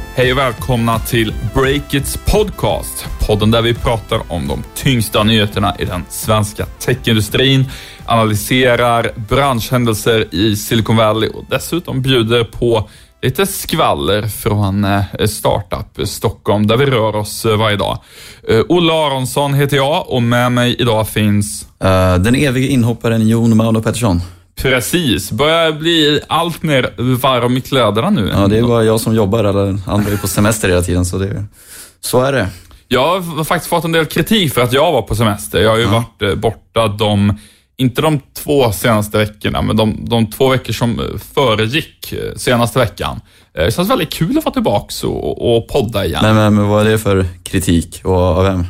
Hej och välkomna till Breakits podcast. Podden där vi pratar om de tyngsta nyheterna i den svenska techindustrin, analyserar branschhändelser i Silicon Valley och dessutom bjuder på lite skvaller från Startup Stockholm där vi rör oss varje dag. Olle Aronsson heter jag och med mig idag finns... den evige inhopparen Jon Mauno Pettersson. Precis, börjar bli allt mer varm i kläderna nu. Ja, det är bara jag som jobbar, eller andra är på semester hela tiden, så är det. Jag har faktiskt fått en del kritik för att jag var på semester. Jag har ju varit borta inte de 2 senaste veckorna, men de 2 veckor som föregick senaste veckan. Det känns väldigt kul att vara tillbaka och podda igen. Men vad är det för kritik och av vem?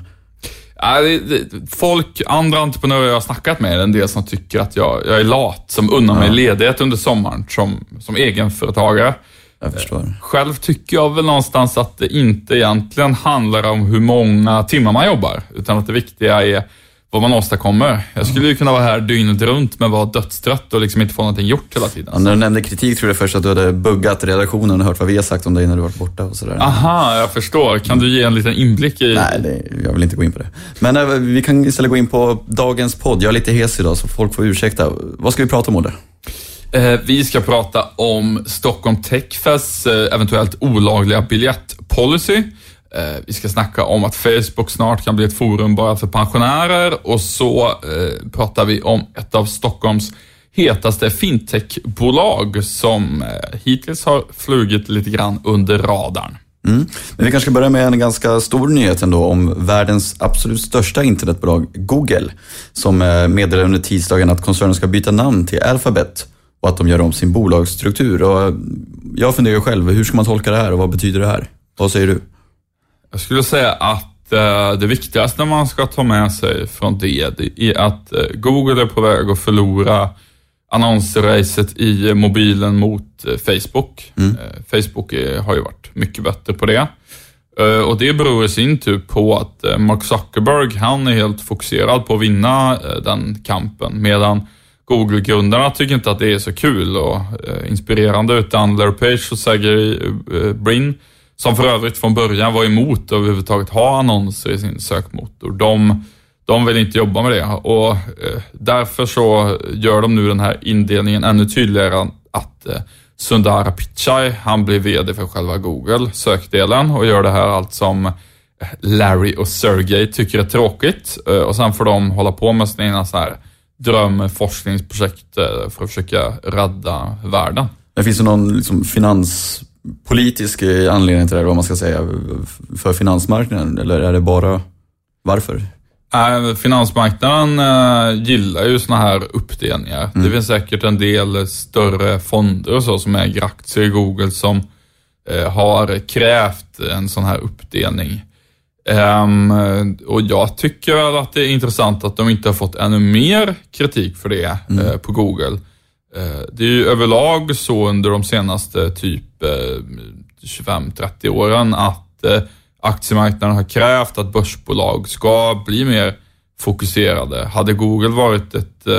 Andra entreprenörer jag har snackat med är en del som tycker att jag är lat, som unnar mig ledighet under sommaren som egenföretagare. Jag förstår. Själv tycker jag väl någonstans att det inte egentligen handlar om hur många timmar man jobbar, utan att det viktiga är vad man åstadkommer. Jag skulle ju kunna vara här dygnet runt men vara dödstrött och liksom inte få någonting gjort hela tiden. Ja, när du nämnde kritik tror jag först att du hade buggat redaktionen och hört vad vi har sagt om dig när du varit borta och sådär. Aha, jag förstår. Kan du ge en liten inblick i... Nej, jag vill inte gå in på det. Men vi kan istället gå in på dagens podd. Jag är lite hes idag så folk får ursäkta. Vad ska vi prata om, Olle? Vi ska prata om Stockholm Techfest eventuellt olagliga biljettpolicy. Vi ska snacka om att Facebook snart kan bli ett forum bara för pensionärer. Och så pratar vi om ett av Stockholms hetaste fintechbolag som hittills har flugit lite grann under radarn. Men vi kanske ska börja med en ganska stor nyhet ändå om världens absolut största internetbolag Google, som meddelade under tisdagen att koncernen ska byta namn till Alphabet och att de gör om sin bolagsstruktur. Och jag funderar själv, hur ska man tolka det här och vad betyder det här? Vad säger du? Jag skulle säga att det viktigaste man ska ta med sig från det är att Google är på väg att förlora annonsracet i mobilen mot Facebook. Facebook har ju varit mycket bättre på det. Och det beror i sin tur på att Mark Zuckerberg, han är helt fokuserad på att vinna den kampen, medan Google-grundarna tycker inte att det är så kul och inspirerande, utan Larry Page och Sergey Brin, som för övrigt från början var emot att överhuvudtaget ha annonser i sin sökmotor. De vill inte jobba med det och därför så gör de nu den här indelningen ännu tydligare, att Sundar Pichai, han blir vd för själva Google, sökdelen, och gör det här allt som Larry och Sergey tycker är tråkigt, och sen får de hålla på med sina egna så här drömforskningsprojekt för att försöka rädda världen. Det finns ju någon liksom finanspolitisk anledning till det, vad man ska säga, för finansmarknaden, eller är det bara varför? Finansmarknaden gillar ju såna här uppdelningar. Det finns säkert en del större fonder och så som äger aktier i Google som har krävt en sån här uppdelning. Och jag tycker väl att det är intressant att de inte har fått ännu mer kritik för det på Google. Det är ju överlag så under de senaste typ 25-30 åren att aktiemarknaden har krävt att börsbolag ska bli mer fokuserade. Hade Google varit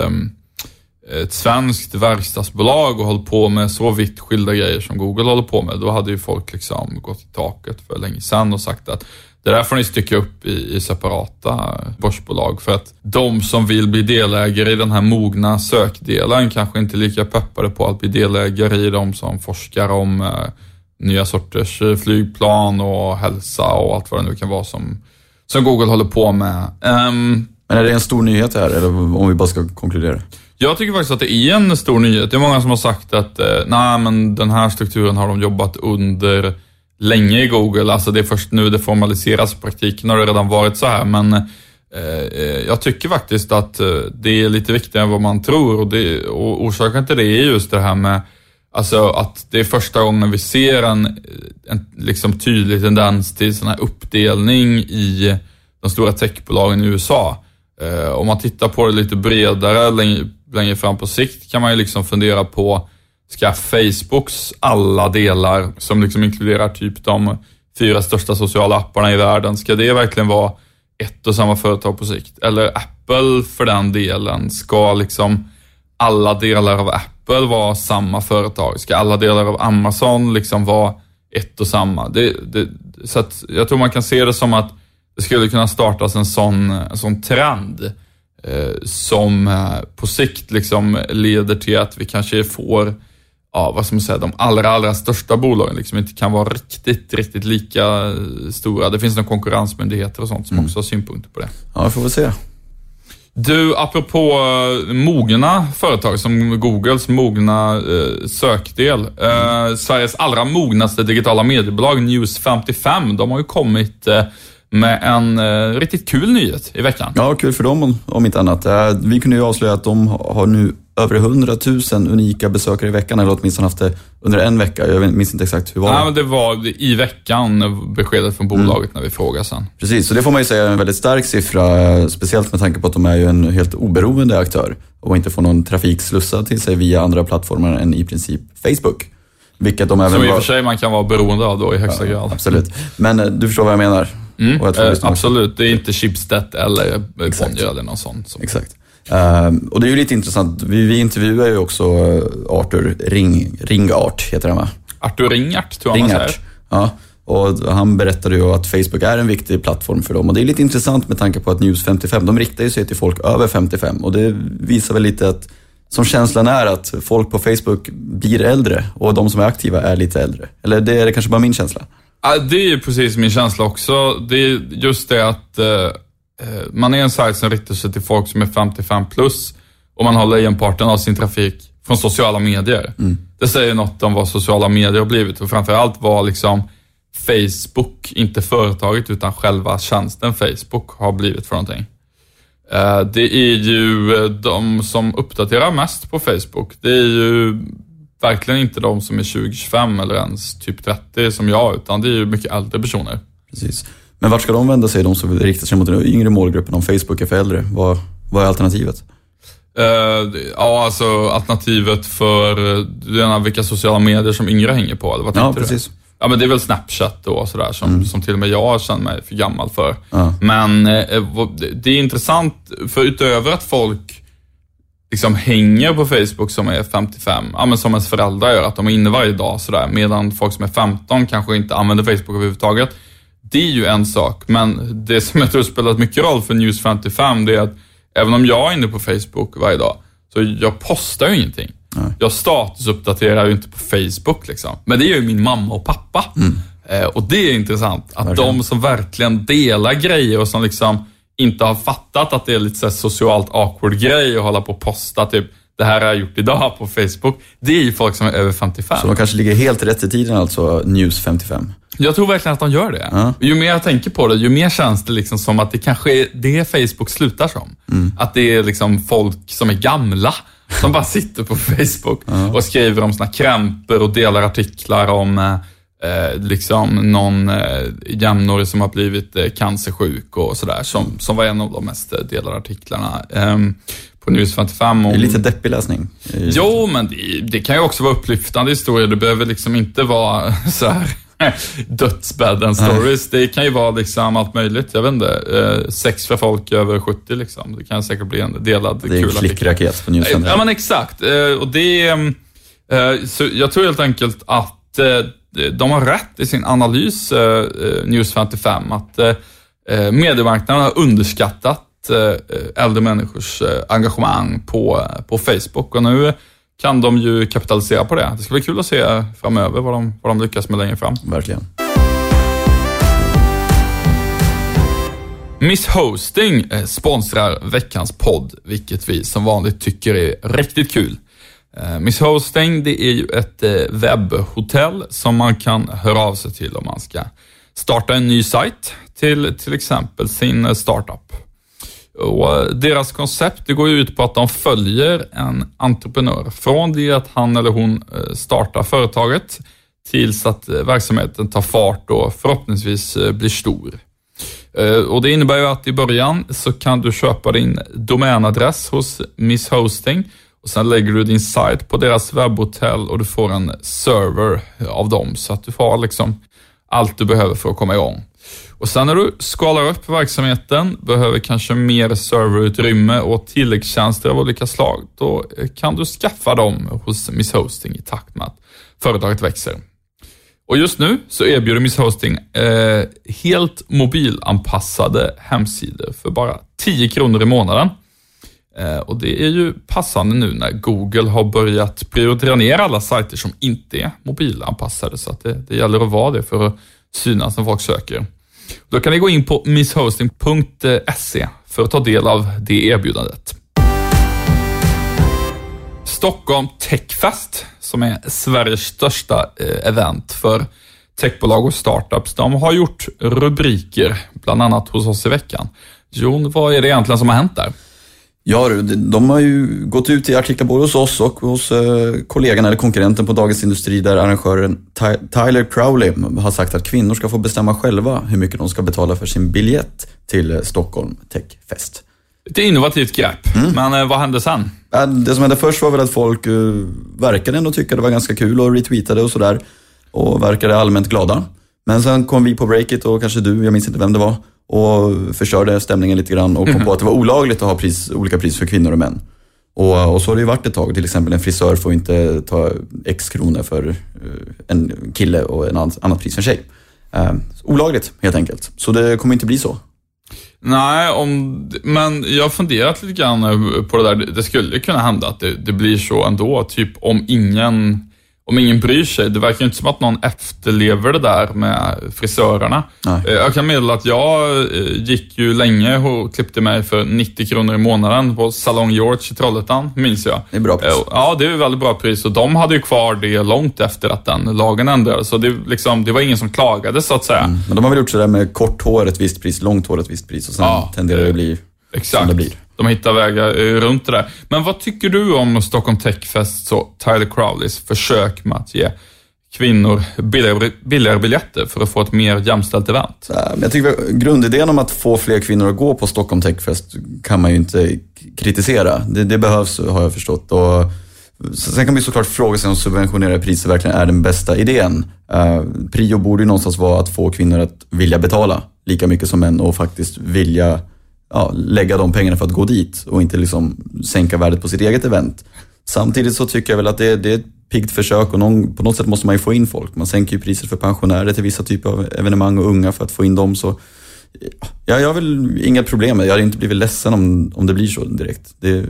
ett svenskt verkstadsbolag och hållit på med så vitt skilda grejer som Google håller på med, då hade ju folk liksom gått i taket för länge sedan och sagt att det där får ni stycka upp i separata börsbolag, för att de som vill bli delägare i den här mogna sökdelen kanske inte är lika peppade på att bli delägare i de som forskar om nya sorters flygplan och hälsa och allt vad det nu kan vara som Google håller på med. Men är det en stor nyhet här, eller om vi bara ska konkludera? Jag tycker faktiskt att det är en stor nyhet. Det är många som har sagt att men den här strukturen har de jobbat under länge i Google. Alltså det är först nu det formaliseras. I praktiken har det redan varit så här, men jag tycker faktiskt att det är lite viktigare än vad man tror, och orsaken till det är just det här med alltså att det är första gången vi ser en liksom tydlig tendens till sån här uppdelning i de stora techbolagen i USA. Om man tittar på det lite bredare längre fram på sikt kan man ju liksom fundera på, ska Facebooks alla delar som liksom inkluderar typ de 4 största sociala apparna i världen, ska det verkligen vara ett och samma företag på sikt? Eller Apple för den delen, ska liksom alla delar av Apple vara samma företag? Ska alla delar av Amazon liksom vara ett och samma. Så att jag tror man kan se det som att det skulle kunna startas en sån trend som på sikt liksom leder till att vi kanske får, vad ska man säga, de allra största bolagen liksom inte kan vara riktigt lika stora. Det finns några konkurrensmyndigheter och sånt som också har synpunkter på det. Ja, får vi se. Du, apropå mogna företag som Googles mogna sökdel. Sveriges allra mognaste digitala mediebolag News55, de har ju kommit med en riktigt kul nyhet i veckan. Ja, kul för dem om inte annat. Vi kunde ju avslöja att de har nu över 100 000 unika besökare i veckan, eller åtminstone haft det under en vecka. Jag minns inte exakt hur var det. Nej, men det var i veckan beskedet från bolaget när vi frågade sen. Precis, så det får man ju säga är en väldigt stark siffra, speciellt med tanke på att de är ju en helt oberoende aktör och inte får någon trafik slussad till sig via andra plattformar än i princip Facebook. Vilket de även som i och för sig man kan vara beroende av då i högsta grad. Absolut, men du förstår vad jag menar. Och jag tror absolut, det är inte Schibsted eller Bonnier eller något sånt. Exakt. Och det är ju lite intressant. Vi intervjuar ju också Arthur Ringart, heter han va? Arthur Ringart tror jag man säger. Ja, och han berättade ju att Facebook är en viktig plattform för dem. Och det är lite intressant med tanke på att News55, de riktar ju sig till folk över 55. Och det visar väl lite att, som känslan är, att folk på Facebook blir äldre och de som är aktiva är lite äldre. Eller det är det kanske bara min känsla? Ja, det är ju precis min känsla också. Det är just det att man är en sajt som riktar sig till folk som är 55 plus och man har lejonparten av sin trafik från sociala medier. Det säger något om vad sociala medier har blivit och framförallt vad liksom Facebook, inte företaget utan själva tjänsten Facebook har blivit för någonting. Det är ju de som uppdaterar mest på Facebook. Det är ju verkligen inte de som är 20-25 eller ens typ 30 som jag, utan det är ju mycket äldre personer. Precis. Men vart ska de vända sig, de som riktar sig mot den yngre målgruppen om Facebook är för äldre? Vad är alternativet? Alltså alternativet för vilka sociala medier som yngre hänger på, eller vad tänkte du? Precis. Ja, men det är väl Snapchat och sådär som till och med jag känner mig för gammal för. Ja. Men det är intressant, för utöver att folk liksom hänger på Facebook som är 55, men som ens föräldrar gör, att de är inne varje dag sådär, medan folk som är 15 kanske inte använder Facebook överhuvudtaget. Det är ju en sak, men det som jag tror spelat mycket roll för News55, det är att även om jag är inne på Facebook varje dag, så jag postar ju ingenting. Nej. Jag statusuppdaterar ju inte på Facebook liksom. Men det gör ju min mamma och pappa. Och det är intressant att verkligen. De som verkligen delar grejer och som liksom inte har fattat att det är lite så här socialt awkward grej att hålla på och posta typ, det här har jag gjort idag på Facebook. Det är ju folk som är över 55. Så de kanske ligger helt rätt i tiden, alltså News55. Jag tror verkligen att de gör det. Ja. Ju mer jag tänker på det, ju mer känns det liksom som att det kanske är det Facebook slutar som. Att det är liksom folk som är gamla som bara sitter på Facebook och skriver om sina krämpor och delar artiklar om liksom någon jämnårig som har blivit cancersjuk och sådär, som var en av de mest delade artiklarna på News55. Det är lite deppig läsning. Jo, men det kan ju också vara upplyftande historier. Det behöver liksom inte vara så här dödsbädden stories. Det kan ju vara liksom allt möjligt. Jag vet inte, sex för folk över 70 liksom. Det kan säkert bli en delad kul. Det är en klickraket på News55. Ja, men exakt. Och det så jag tror helt enkelt att de har rätt i sin analys, News55, att mediemarknaden har underskattat äldre människors engagemang på Facebook, och nu kan de ju kapitalisera på det. Det ska bli kul att se framöver vad de lyckas med längre fram. Verkligen. Miss Hosting sponsrar veckans podd, vilket vi som vanligt tycker är riktigt kul. Miss Hosting, det är ju ett webbhotell som man kan höra av sig till om man ska starta en ny sajt till exempel sin startup. Och deras koncept, det går ju ut på att de följer en entreprenör från det att han eller hon startar företaget tills att verksamheten tar fart och förhoppningsvis blir stor. Och det innebär ju att i början så kan du köpa din domänadress hos Miss Hosting och sen lägger du din sajt på deras webbhotell och du får en server av dem, så att du får liksom allt du behöver för att komma igång. Och sen när du skalar upp verksamheten, behöver kanske mer serverutrymme och tilläggstjänster av olika slag, då kan du skaffa dem hos Miss Hosting i takt med att företaget växer. Och just nu så erbjuder Miss Hosting helt mobilanpassade hemsidor för bara 10 kronor i månaden. Och det är ju passande nu när Google har börjat prioritera ner alla sajter som inte är mobilanpassade. Så att det gäller att vara det för att synas när folk söker. Då kan ni gå in på misshosting.se för att ta del av det erbjudandet. Stockholm Techfest, som är Sveriges största event för techbolag och startups, de har gjort rubriker bland annat hos oss i veckan. Jon, vad är det egentligen som har hänt där? Ja, de har ju gått ut i artiklar både hos oss och hos kollegan eller konkurrenten på Dagens Industri, där arrangören Tyler Crowley har sagt att kvinnor ska få bestämma själva hur mycket de ska betala för sin biljett till Stockholm Techfest. Ett innovativt grepp, men vad hände sen? Det som hände först var väl att folk verkade ändå tycka det var ganska kul och retweetade och sådär och verkade allmänt glada. Men sen kom vi på breakit och kanske du, jag minns inte vem det var, och förstörde stämningen lite grann och kom på att det var olagligt att ha olika pris för kvinnor och män. Och så har det ju varit ett tag. Till exempel en frisör får inte ta x kronor för en kille och en annat pris för en tjej. Olagligt helt enkelt. Så det kommer inte bli så. Nej, men jag har funderat lite grann på det där. Det skulle kunna hända att det blir så ändå. Typ om ingen bryr sig. Det verkar inte som att någon efterlever det där med frisörerna. Nej. Jag kan meddela att jag gick ju länge och klippte mig för 90 kronor i månaden på Salong George i Trollhättan, minns jag. Det är bra pris. Ja, det är väldigt bra pris. Och de hade ju kvar det långt efter att den lagen ändrades. Så det var ingen som klagade, så att säga. Men de har väl gjort så där med kort hår ett visst pris, långt hår ett visst pris. Och sen tenderar det att bli exakt som det blir. De hittar vägar runt det där. Men vad tycker du om Stockholm Techfest och Tyler Crowleys försök med att ge kvinnor billigare biljetter för att få ett mer jämställt event? Jag tycker grundidén om att få fler kvinnor att gå på Stockholm Techfest kan man ju inte kritisera. Det behövs, har jag förstått. Och sen kan man ju såklart fråga sig om subventionerade priser verkligen är den bästa idén. Prio borde ju någonstans vara att få kvinnor att vilja betala lika mycket som män och faktiskt vilja lägga de pengarna för att gå dit och inte liksom sänka värdet på sitt eget event. Samtidigt så tycker jag väl att det är ett piggt försök och på något sätt måste man ju få in folk. Man sänker ju priser för pensionärer till vissa typer av evenemang och unga för att få in dem. Så jag har väl inga problem med det. Jag hade inte blivit ledsen om det blir så direkt. Det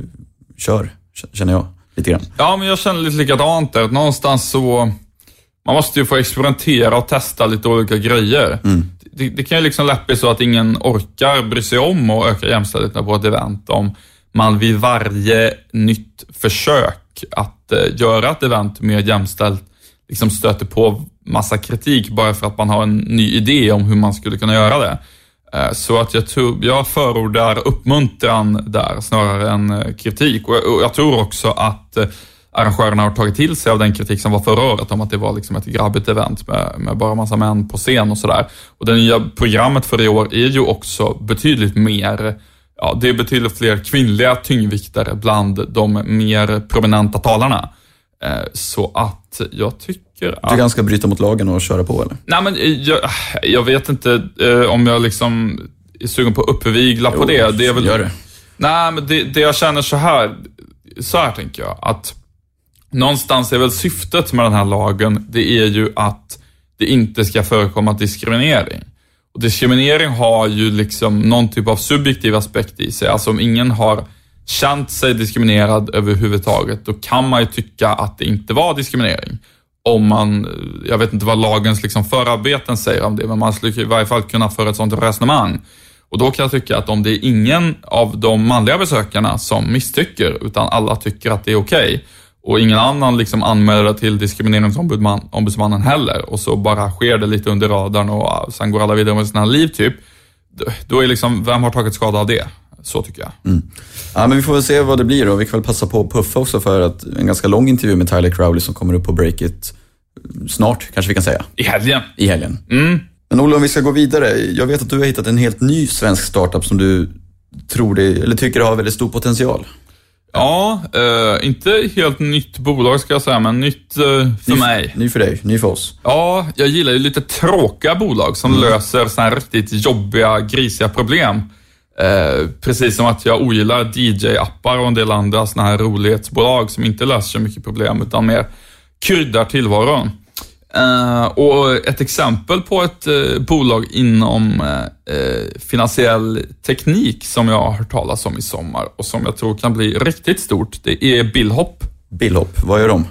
känner jag lite grann. Ja, men jag känner lite likadant där. Någonstans så man måste ju få experimentera och testa lite olika grejer. Det kan ju liksom lätt bli så att ingen orkar bry sig om och öka jämställdheten på ett event om man vid varje nytt försök att göra ett event mer jämställt liksom stöter på massa kritik bara för att man har en ny idé om hur man skulle kunna göra det. Så att jag förordar uppmuntran där snarare än kritik. Och jag tror också att arrangörerna har tagit till sig av den kritik som var förra året om att det var liksom ett grabbigt event med bara massa män på scen och sådär. Och det nya programmet för i år är ju också betydligt mer, det är betydligt fler kvinnliga tyngdviktare bland de mer prominenta talarna. Så att jag tycker att... Du kan ska bryta mot lagen och köra på, eller? Nej, men jag vet inte om jag liksom är sugen på att uppvigla på det. Det är väl... Gör det. Nej, men det jag känner så här tänker jag, att någonstans är väl syftet med den här lagen, det är ju att det inte ska förekomma diskriminering. Och diskriminering har ju liksom någon typ av subjektiv aspekt i sig. Alltså om ingen har känt sig diskriminerad överhuvudtaget, då kan man ju tycka att det inte var diskriminering. Jag vet inte vad lagens liksom förarbeten säger om det, men man skulle i varje fall kunna föra ett sånt resonemang. Och då kan jag tycka att om det är ingen av de manliga besökarna som misstycker, utan alla tycker att det är okej, och ingen annan liksom anmäler till diskrimineringsombudsmannen heller, och så bara sker det lite under radarn och sen går alla vidare med sina liv typ, då är liksom, vem har tagit skada av det? Så tycker jag. Ja, men vi får väl se vad det blir då. Vi kan väl passa på att puffa också för att en ganska lång intervju med Tyler Crowley som kommer upp på breakit snart, kanske vi kan säga. I helgen. Men Ola, om vi ska gå vidare. Jag vet att du har hittat en helt ny svensk startup som du tycker har väldigt stor potential. Ja, inte helt nytt bolag ska jag säga, men nytt för mig. Ny för dig, ny för oss. Ja, jag gillar ju lite tråkiga bolag som löser såna här riktigt jobbiga, grisiga problem. Precis som att jag ogillar DJ-appar och en del andra såna här rolighetsbolag som inte löser så mycket problem utan mer kryddar tillvaron. Och ett exempel på ett bolag inom finansiell teknik som jag har hört talas om i sommar och som jag tror kan bli riktigt stort, det är Billhop. Billhop, vad gör de?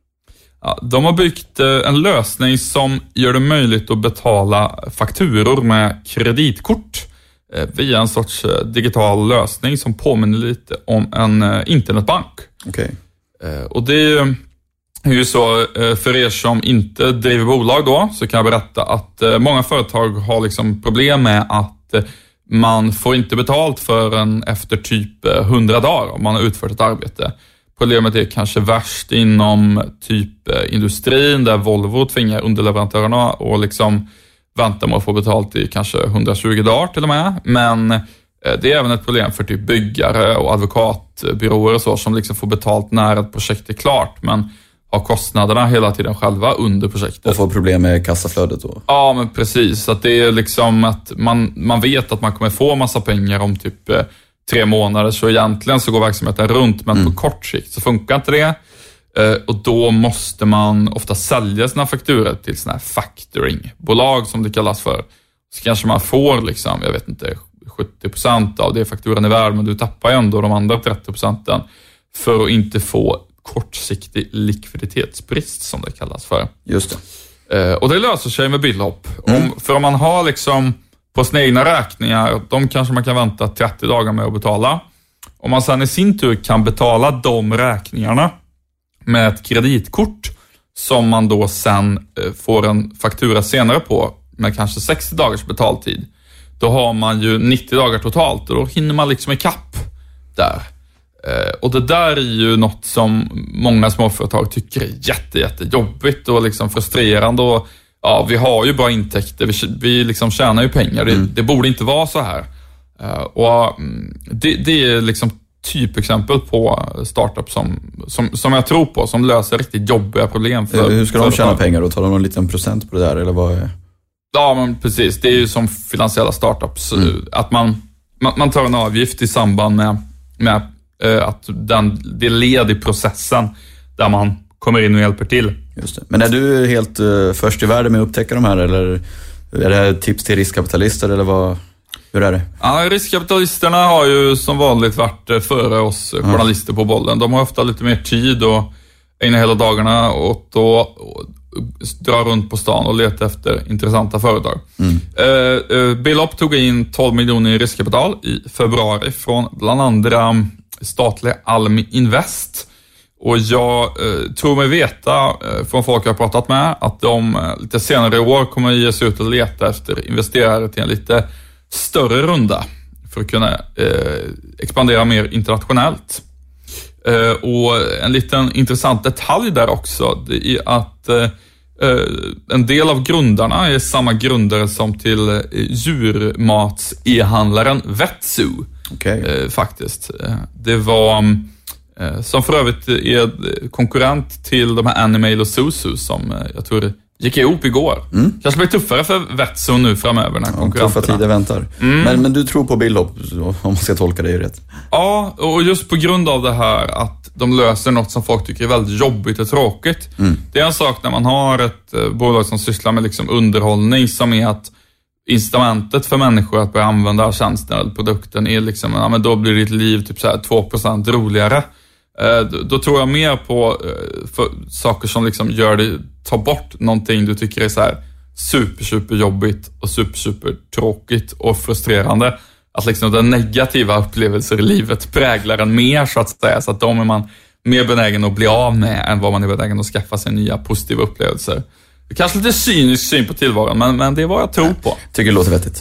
Ja, de har byggt en lösning som gör det möjligt att betala fakturor med kreditkort via en sorts digital lösning som påminner lite om en internetbank. Okej. Och det är ju så, för er som inte driver bolag då, så kan jag berätta att många företag har liksom problem med att man får inte betalt förrän efter typ 100 dagar om man har utfört ett arbete. Problemet är kanske värst inom typ industrin där Volvo tvingar underleverantörerna och liksom vänta med att få betalt i kanske 120 dagar till och med. Men det är även ett problem för typ byggare och advokatbyråer och så som liksom får betalt när ett projekt är klart men har kostnaderna hela tiden själva under projektet. Och får problem med kassaflödet då? Ja, men precis. Att det är liksom att man vet att man kommer få massa pengar om typ 3 månader, så egentligen så går verksamheten runt, men på kort sikt så funkar inte det. Och då måste man ofta sälja sina fakturor till såna här factoringbolag som det kallas för. Så kanske man får liksom, jag vet inte, 70% av det fakturan är värd, men du tappar ju ändå de andra 30% för att inte få kortsiktig likviditetsbrist som det kallas för. Just det. Och det löser sig med Billhop. För om man har liksom på sina egna räkningar, de kanske man kan vänta 30 dagar med att betala. Om man sedan i sin tur kan betala de räkningarna med ett kreditkort som man då sen får en faktura senare på med kanske 60 dagars betaltid, då har man ju 90 dagar totalt och då hinner man liksom i kapp där. Och det där är ju något som många småföretag tycker är jättejobbigt och liksom frustrerande. Och ja, vi har ju bra intäkter, vi liksom tjänar ju pengar. Det borde inte vara så här. Och det är liksom typexempel på startup som jag tror på, som löser riktigt jobba problem. Hur ska de tjäna pengar då? Tar de någon liten procent på det där? Eller vad är... Ja, men precis. Det är ju som finansiella startups. Att man tar en avgift i samband med att det led i processen där man kommer in och hjälper till. Just det. Men är du helt först i världen med att upptäcka de här, eller är det här tips till riskkapitalister, eller hur är det? Ja, riskkapitalisterna har ju som vanligt varit före oss journalister på bollen. De har ofta lite mer tid och ägnar hela dagarna åt att dra runt på stan och leta efter intressanta företag. Billhop tog in 12 miljoner i riskkapital i februari från bland andra statliga Almi Invest. Och jag tror mig veta från folk jag har pratat med att de lite senare i år kommer att ge sig ut och leta efter investerare till en lite större runda för att kunna expandera mer internationellt. Och en liten intressant detalj där också, det är att en del av grundarna är samma grundare som till djurmats-e-handlaren Vetsu. Faktiskt. Det var som för övrigt är konkurrent till de här Animal och Susu som jag tror gick ihop igår. Kanske blir tuffare för Vetsu nu framöver när konkurrenterna. Tuffa tider väntar. Men du tror på Billhop, om man ska tolka det ju rätt. Ja, och just på grund av det här att de löser något som folk tycker är väldigt jobbigt och tråkigt. Det är en sak när man har ett bolag som sysslar med liksom underhållning, som är att incitamentet för människor att börja använda tjänsten eller produkten är liksom, ja, men då blir ditt liv typ så här 2% roligare. Då tror jag mer på saker som liksom gör det, ta bort någonting du tycker är så här super jobbigt och super tråkigt och frustrerande. Att liksom den negativa upplevelser i livet präglar en mer, så att säga, så att de är man mer benägen att bli av med än vad man är benägen att skaffa sig nya positiva upplevelser. Det är kanske lite cynisk syn på tillvaron, men det är vad jag tror på. Tycker det låter vettigt.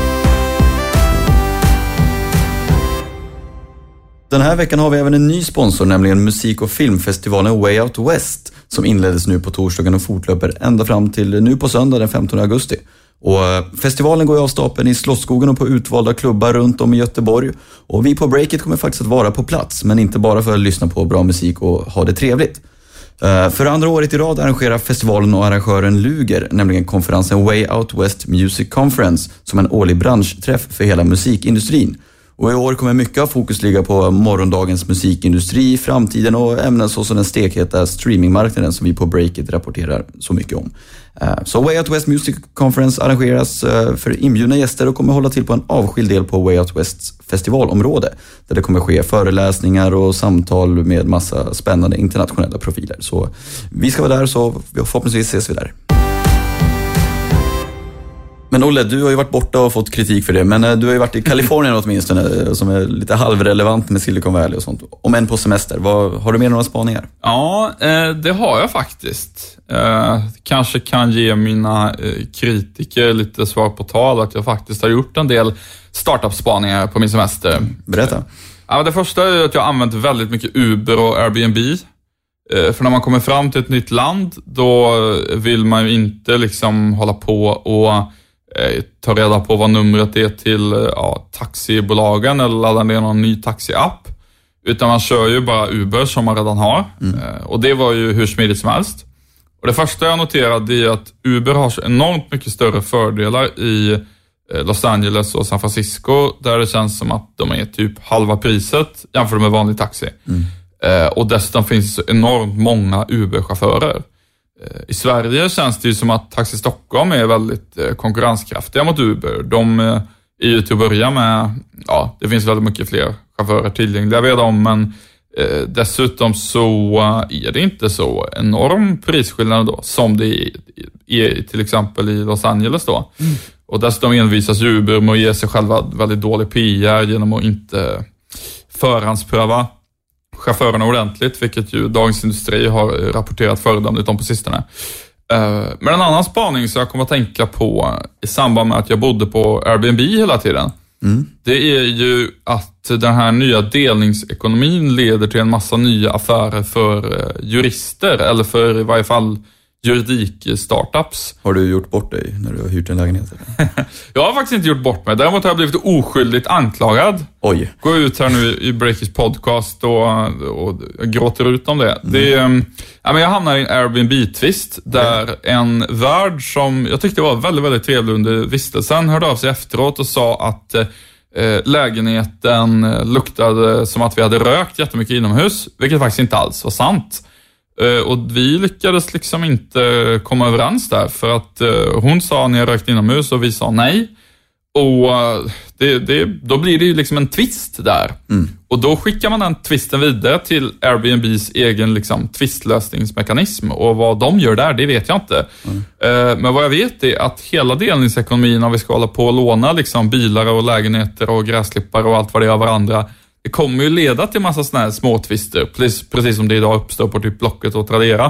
Den här veckan har vi även en ny sponsor, nämligen musik- och filmfestivalen Way Out West, som inleddes nu på torsdagen och fortlöper ända fram till nu på söndag den 15 augusti. Och festivalen går av stapeln i Slottsskogen och på utvalda klubbar runt om i Göteborg. Och vi på Breakit kommer faktiskt att vara på plats, men inte bara för att lyssna på bra musik och ha det trevligt. För andra året i rad arrangerar festivalen och arrangören Luger nämligen konferensen Way Out West Music Conference som en årlig branschträff för hela musikindustrin. Och i år kommer mycket av fokus ligga på morgondagens musikindustri, framtiden och ämnen såsom den stekheta streamingmarknaden som vi på Breakit rapporterar så mycket om. Så Way Out West Music Conference arrangeras för inbjudna gäster och kommer hålla till på en avskild del på Way Out Wests festivalområde där det kommer ske föreläsningar och samtal med massa spännande internationella profiler. Så vi ska vara där, så förhoppningsvis ses vi där. Men Olle, du har ju varit borta och fått kritik för det, men du har ju varit i Kalifornien åtminstone, som är lite halvrelevant med Silicon Valley och sånt. Om än på semester, har du med några spaningar? Ja, det har jag faktiskt. Kanske kan ge mina kritiker lite svar på tal att jag faktiskt har gjort en del startup-spaningar på min semester. Berätta. Ja, det första är att jag har använt väldigt mycket Uber och Airbnb. För när man kommer fram till ett nytt land, då vill man ju inte liksom hålla på och ta reda på vad numret är till taxibolagen eller ladda ner någon ny taxiapp. Utan man kör ju bara Uber som man redan har. Och det var ju hur smidigt som helst. Och det första jag noterade är att Uber har så enormt mycket större fördelar i Los Angeles och San Francisco, där det känns som att de är typ halva priset jämfört med vanlig taxi. Och dessutom finns det så enormt många Uber-chaufförer. I Sverige känns det ju som att Taxi Stockholm är väldigt konkurrenskraftiga mot Uber. De är ju till att börja med, det finns väldigt mycket fler chaufförer tillgängliga vid dem, men dessutom så är det inte så enorm prisskillnad då, som det är till exempel i Los Angeles då. Och dessutom envisas Uber med att ge sig själva väldigt dålig PR genom att inte förhandspröva chaufförerna ordentligt, vilket ju Dagens Industri har rapporterat föredömligt om på sistone. Men en annan spaning som jag kommer att tänka på i samband med att jag bodde på Airbnb hela tiden, det är ju att den här nya delningsekonomin leder till en massa nya affärer för jurister, eller för i varje fall juridik-startups. Har du gjort bort dig när du har hyrt en lägenhet? Jag har faktiskt inte gjort bort mig. Däremot har jag blivit oskyldigt anklagad. Oj. Gå ut här nu i Breakits podcast och gråter ut om det. Jag hamnar i en Airbnb-twist där en värd som jag tyckte var väldigt, väldigt trevlig under vistelsen hörde av sig efteråt och sa att lägenheten luktade som att vi hade rökt jättemycket inomhus, vilket faktiskt inte alls var sant. Och vi lyckades liksom inte komma överens där, för att hon sa när jag rökte inomhus och vi sa nej. Och då blir det ju liksom en twist där. Och då skickar man den twisten vidare till Airbnbs egen liksom twistlösningsmekanism. Och vad de gör där, det vet jag inte. Men vad jag vet är att hela delningsekonomin, om vi ska hålla på och låna liksom bilar och lägenheter och gräsklippare och allt vad det är av varandra, det kommer ju leda till massa såna här små twister, precis som det idag uppstår på typ Blocket och Tradera.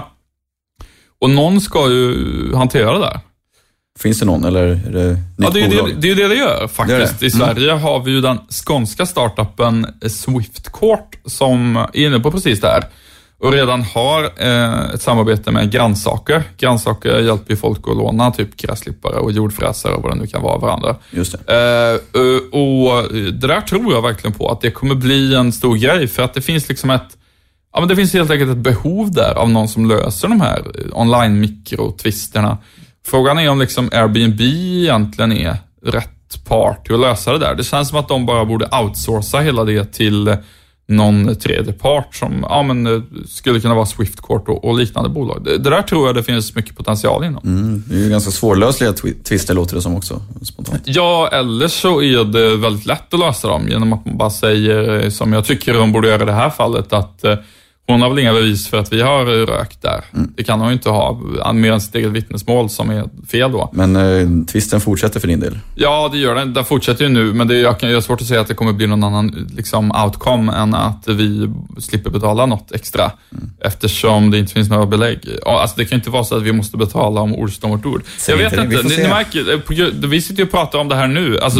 Och någon ska ju hantera det där. Finns det någon, eller är det nytt bolag? Det är det gör faktiskt. I Sverige har vi ju den skånska startupen Swiftcourt som är inne på precis det här. Och redan har ett samarbete med Grannsaker. Grannsaker hjälper ju folk att låna typ gräsklippare och jordfräsare och vad det nu kan vara varandra. Just det. Och det där tror jag verkligen på att det kommer bli en stor grej, för att det finns liksom det finns helt enkelt ett behov där av någon som löser de här online-mikrotwisterna. Frågan är om liksom Airbnb egentligen är rätt part till att lösa det där. Det känns som att de bara borde outsourca hela det till någon tredje part som skulle kunna vara Swiftcourt och liknande bolag. Det där tror jag det finns mycket potential inom. Det är ju ganska svårlösliga twister, låter det som också, spontant. Ja, eller så är det väldigt lätt att lösa dem genom att man bara säger, som jag tycker de borde göra i det här fallet, att hon har väl inga bevis för att vi har rökt där. Det kan hon ju inte ha, mer än sitt eget vittnesmål som är fel då. Men twisten fortsätter för din del? Ja, det gör den. Den fortsätter ju nu, men jag har svårt att säga att det kommer bli någon annan liksom outcome än att vi slipper betala något extra. Eftersom det inte finns några belägg. Alltså det kan inte vara så att vi måste betala om ord står mot ord. Jag vet inte, ni märker, vi sitter ju och pratar om det här nu. Alltså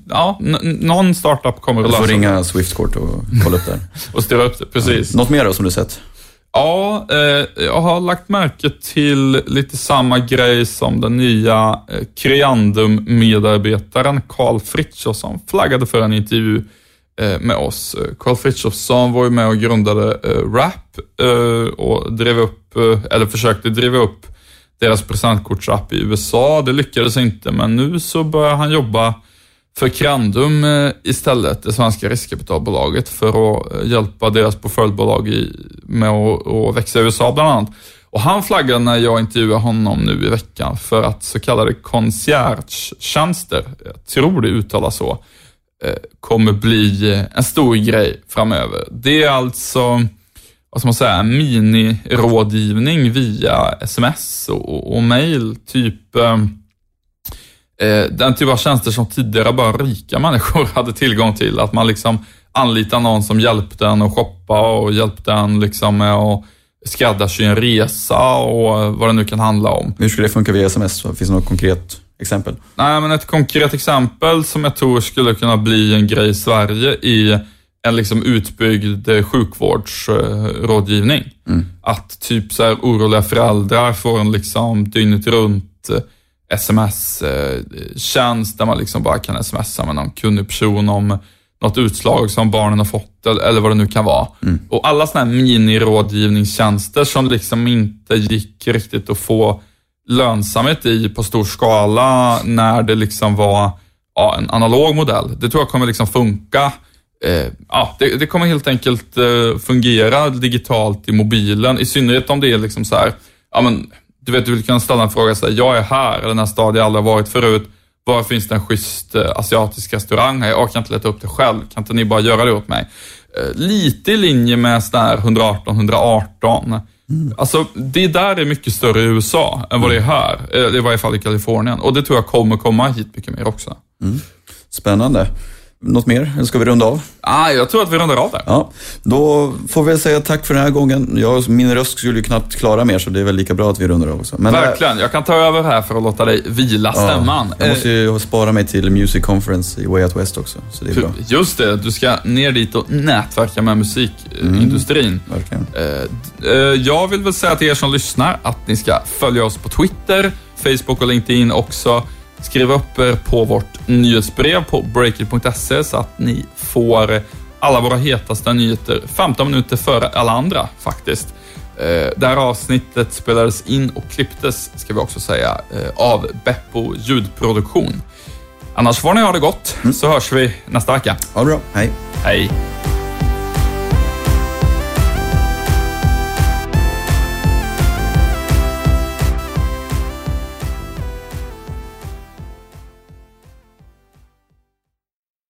någon startup kommer att lösa det. Du får ringa Swiftcourt och kolla upp det. Och styra upp det, precis. Något mer då som du sett? Ja, jag har lagt märke till lite samma grej som den nya Creandum-medarbetaren Carl Frithiofsson flaggade för en intervju med oss. Carl Frithiofsson var ju med och grundade Wrap och försökte driva upp deras presentkortsapp i USA. Det lyckades inte, men nu så börjar han jobba för Crandum istället, det svenska riskkapitalbolaget, för att hjälpa deras portföljbolag med att växa i USA bland annat. Och han flaggade när jag intervjuade honom nu i veckan för att så kallade concierge-tjänster, jag tror det uttalas så, kommer bli en stor grej framöver. Det är alltså, vad ska man säga, mini-rådgivning via sms och mail, typ den typ av tjänster som tidigare bara rika människor hade tillgång till. Att man liksom anlitar någon som hjälpte en att shoppa och hjälpte en liksom med att skräddarsy en resa och vad det nu kan handla om. Hur skulle det funka via sms? Finns det något konkret exempel? Nej, men ett konkret exempel som jag tror skulle kunna bli en grej i Sverige i en liksom utbyggd sjukvårdsrådgivning. Att typ så här oroliga föräldrar får en liksom dygnet runt sms-tjänst där man liksom bara kan smsa med någon kunnig person om något utslag som barnen har fått eller vad det nu kan vara. Och alla såna här mini-rådgivningstjänster som liksom inte gick riktigt att få lönsamhet i på stor skala när det liksom var en analog modell. Det tror jag kommer liksom funka. Det kommer helt enkelt fungera digitalt i mobilen, i synnerhet om det är liksom så här, du vet, du vill kunna ställa en fråga så här, jag är här, eller den här stad jag aldrig har varit förut, var finns det en schysst asiatisk restaurang här? Jag kan inte leta upp det själv, kan inte ni bara göra det åt mig? Lite i linje med sån här 118. Alltså, det där är mycket större i USA än vad det är här, i varje fall i Kalifornien, och det tror jag kommer komma hit mycket mer också. Spännande. Något mer? Eller ska vi runda av? Jag tror att vi rundar av där. Ja, då får vi säga tack för den här gången. Min röst skulle ju knappt klara mer, så det är väl lika bra att vi rundar av också. Men verkligen, jag kan ta över här för att låta dig vila stämman. Jag måste ju spara mig till Music Conference i Way Out West också, så det är bra. Just det, du ska ner dit och nätverka med musikindustrin. Verkligen. Jag vill väl säga till er som lyssnar att ni ska följa oss på Twitter, Facebook och LinkedIn också. Skriv upp er på vårt nyhetsbrev på breakit.se så att ni får alla våra hetaste nyheter 15 minuter före alla andra faktiskt. Det här avsnittet spelades in och klipptes, ska vi också säga, av Beppo ljudproduktion. Annars får ni ha det gott, så hörs vi nästa vecka. Ha det bra, hej. Hej.